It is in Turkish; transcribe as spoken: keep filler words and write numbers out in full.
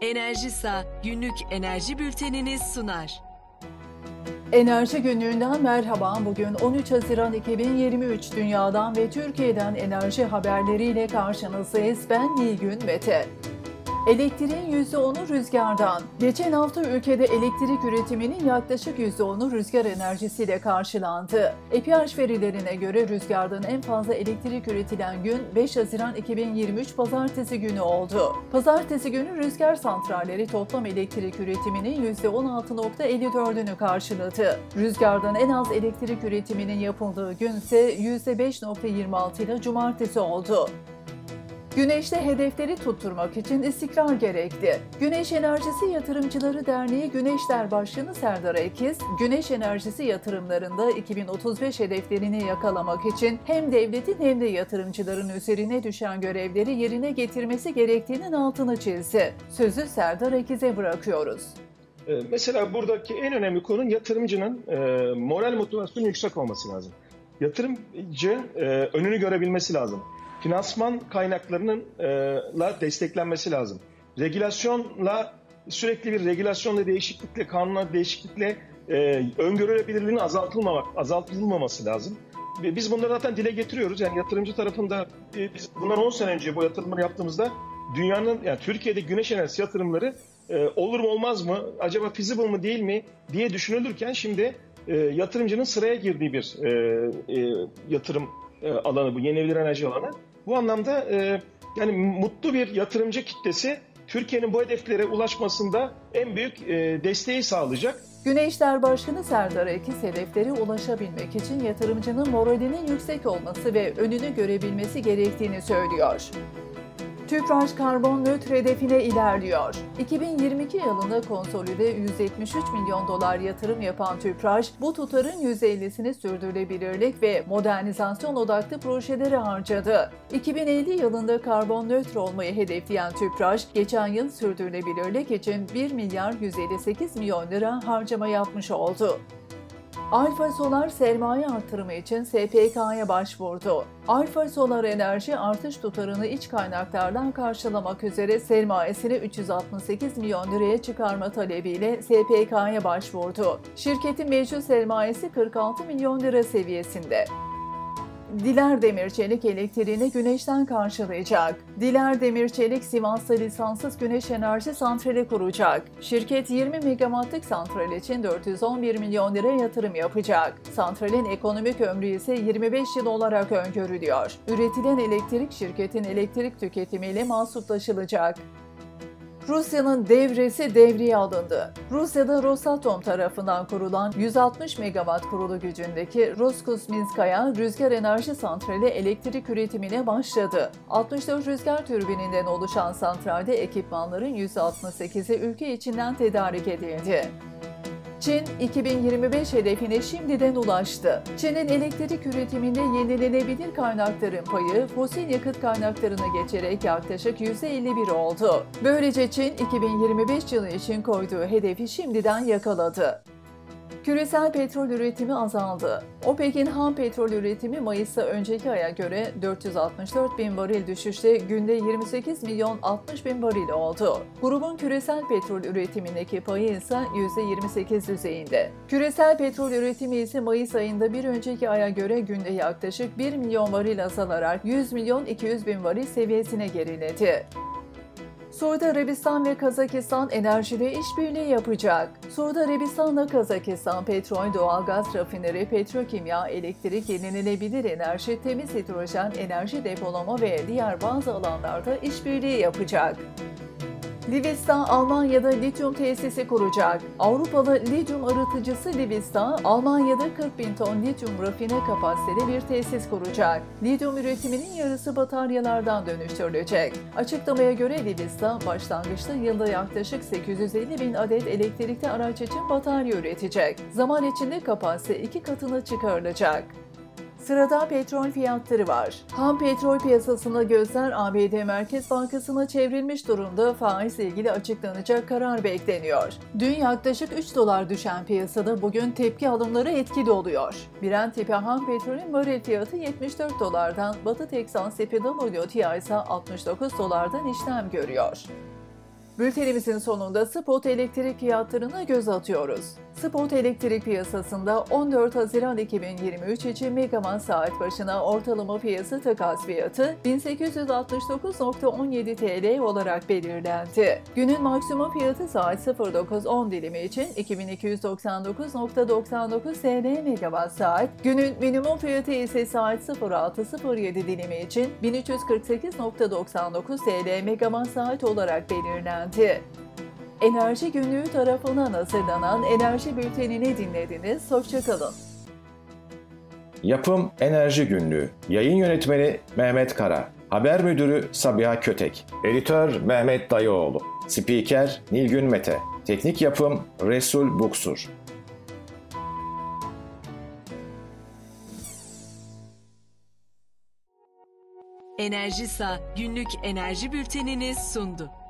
Enerjisa günlük enerji bültenini sunar. Enerji Günlüğü'nden merhaba. Bugün on üç Haziran iki bin yirmi üç dünyadan ve Türkiye'den enerji haberleriyle karşınızdayız. Ben Nilgün Mete. Elektriğin yüzde onu rüzgardan. Geçen hafta ülkede elektrik üretiminin yaklaşık yüzde onu rüzgar enerjisiyle karşılandı. E P H verilerine göre rüzgardan en fazla elektrik üretilen gün beş Haziran iki bin yirmi üç Pazartesi günü oldu. Pazartesi günü rüzgar santralleri toplam elektrik üretiminin yüzde on altı nokta elli dördünü karşıladı. Rüzgardan en az elektrik üretiminin yapıldığı gün ise yüzde beş nokta yirmi altı ile Cumartesi oldu. Güneşte hedefleri tutturmak için istikrar gerekti. Güneş Enerjisi Yatırımcıları Derneği Güneşler Başkanı Serdar Ekiz, güneş enerjisi yatırımlarında iki bin otuz beş hedeflerini yakalamak için hem devletin hem de yatırımcıların üzerine düşen görevleri yerine getirmesi gerektiğinin altını çizdi. Sözü Serdar Ekiz'e bırakıyoruz. Mesela buradaki en önemli konu yatırımcının e, moral motivasyonu yüksek olması lazım. Yatırımcı e, önünü görebilmesi lazım. Finansman kaynaklarıyla desteklenmesi lazım. Regülasyonla, sürekli bir regülasyonla değişiklikle, kanunla değişiklikle e, öngörülebilirliğinin azaltılmamak, azaltılmaması lazım. Biz bunları zaten dile getiriyoruz. Yani yatırımcı tarafında e, biz bundan on sene önce bu yatırımları yaptığımızda dünyanın, yani Türkiye'de güneş enerjisi yatırımları e, olur mu olmaz mı, acaba feasible mı değil mi diye düşünülürken şimdi e, yatırımcının sıraya girdiği bir e, e, yatırım e, alanı bu, yenilenebilir enerji alanı. Bu anlamda e, yani mutlu bir yatırımcı kitlesi Türkiye'nin bu hedeflere ulaşmasında en büyük e, desteği sağlayacak. Güneşler Başkanı Serdar Ekiz, hedeflere ulaşabilmek için yatırımcının moralinin yüksek olması ve önünü görebilmesi gerektiğini söylüyor. Tüpraş karbon nötr hedefine ilerliyor. iki bin yirmi iki yılında konsolide yüz yetmiş üç milyon dolar yatırım yapan Tüpraş, bu tutarın yüzde ellisini sürdürülebilirlik ve modernizasyon odaklı projelere harcadı. iki bin elli yılında karbon nötr olmayı hedefleyen Tüpraş, geçen yıl sürdürülebilirlik için bir milyar yüz elli sekiz milyon lira harcama yapmış oldu. Alfa Solar sermaye artırımı için S P K'ya başvurdu. Alfa Solar Enerji artış tutarını iç kaynaklardan karşılamak üzere sermayesini üç yüz altmış sekiz milyon liraya çıkarma talebiyle S P K'ya başvurdu. Şirketin mevcut sermayesi kırk altı milyon lira seviyesinde. Diler Demirçelik elektriğini güneşten karşılayacak. Diler Demirçelik, Sivas'ta lisanssız güneş enerji santrali kuracak. Şirket yirmi megawattlık santral için dört yüz on bir milyon lira yatırım yapacak. Santralin ekonomik ömrü ise yirmi beş yıl olarak öngörülüyor. Üretilen elektrik şirketin elektrik tüketimiyle mahsuplaşılacak. Rusya'nın devresi devreye alındı. Rusya'da Rosatom tarafından kurulan yüz altmış megawatt kurulu gücündeki Roskosminskaya Rüzgar Enerji Santrali elektrik üretimine başladı. altmış dört rüzgar türbininden oluşan santralde ekipmanların yüzde altmış sekizi ülke içinden tedarik edildi. Çin, iki bin yirmi beş hedefine şimdiden ulaştı. Çin'in elektrik üretiminde yenilenebilir kaynakların payı fosil yakıt kaynaklarına geçerek yaklaşık yüzde elli bir oldu. Böylece Çin, iki bin yirmi beş yılı için koyduğu hedefi şimdiden yakaladı. Küresel petrol üretimi azaldı. OPEC'in ham petrol üretimi Mayıs'ta önceki aya göre dört yüz altmış dört bin varil düşüşle günde yirmi sekiz milyon altmış bin varil oldu. Grubun küresel petrol üretimindeki payı ise yüzde yirmi sekiz düzeyinde. Küresel petrol üretimi ise Mayıs ayında bir önceki aya göre günde yaklaşık bir milyon varil azalarak yüz milyon iki yüz bin varil seviyesine geriledi. Suudi Arabistan ve Kazakistan enerjide işbirliği yapacak. Suudi Arabistan'la Kazakistan petrol, doğalgaz rafineri, petrokimya, elektrik, yenilenebilir enerji, temiz hidrojen, enerji depolama ve diğer bazı alanlarda işbirliği yapacak. Livista, Almanya'da lityum tesisi kuracak. Avrupalı lityum arıtıcısı Livista, Almanya'da kırk bin ton lityum rafine kapasiteli bir tesis kuracak. Lityum üretiminin yarısı bataryalardan dönüştürülecek. Açıklamaya göre Livista, başlangıçta yılda yaklaşık sekiz yüz elli bin adet elektrikli araç için batarya üretecek. Zaman içinde kapasite iki katına çıkarılacak. Sırada petrol fiyatları var. Ham petrol piyasasında gözler A B D Merkez Bankası'na çevrilmiş durumda, faizle ilgili açıklanacak karar bekleniyor. Dün yaklaşık üç dolar düşen piyasada bugün tepki alımları etkili oluyor. Brent tipi ham petrolün varil fiyatı yetmiş dört dolardan, Batı Texas tipi W T I ise altmış dokuz dolardan işlem görüyor. Bültenimizin sonunda spot elektrik fiyatlarına göz atıyoruz. Spot elektrik piyasasında on dört Haziran iki bin yirmi üç için megawatt saat başına ortalama piyasa takas fiyatı bin sekiz yüz altmış dokuz nokta on yedi T L olarak belirlendi. Günün maksimum fiyatı saat sıfır dokuz on dilimi için iki bin iki yüz doksan dokuz nokta doksan dokuz T L megawatt saat, günün minimum fiyatı ise saat sıfır altı sıfır yedi dilimi için bin üç yüz kırk sekiz nokta doksan dokuz T L megawatt saat olarak belirlendi. Enerji Günlüğü tarafından hazırlanan Enerji Bülteni'ni dinlediniz. Hoşça kalın. Yapım Enerji Günlüğü. Yayın Yönetmeni Mehmet Kara. Haber Müdürü Sabiha Kötek. Editör Mehmet Dayıoğlu. Spiker Nilgün Mete. Teknik Yapım Resul Buksur. Enerjisa günlük enerji bültenini sundu.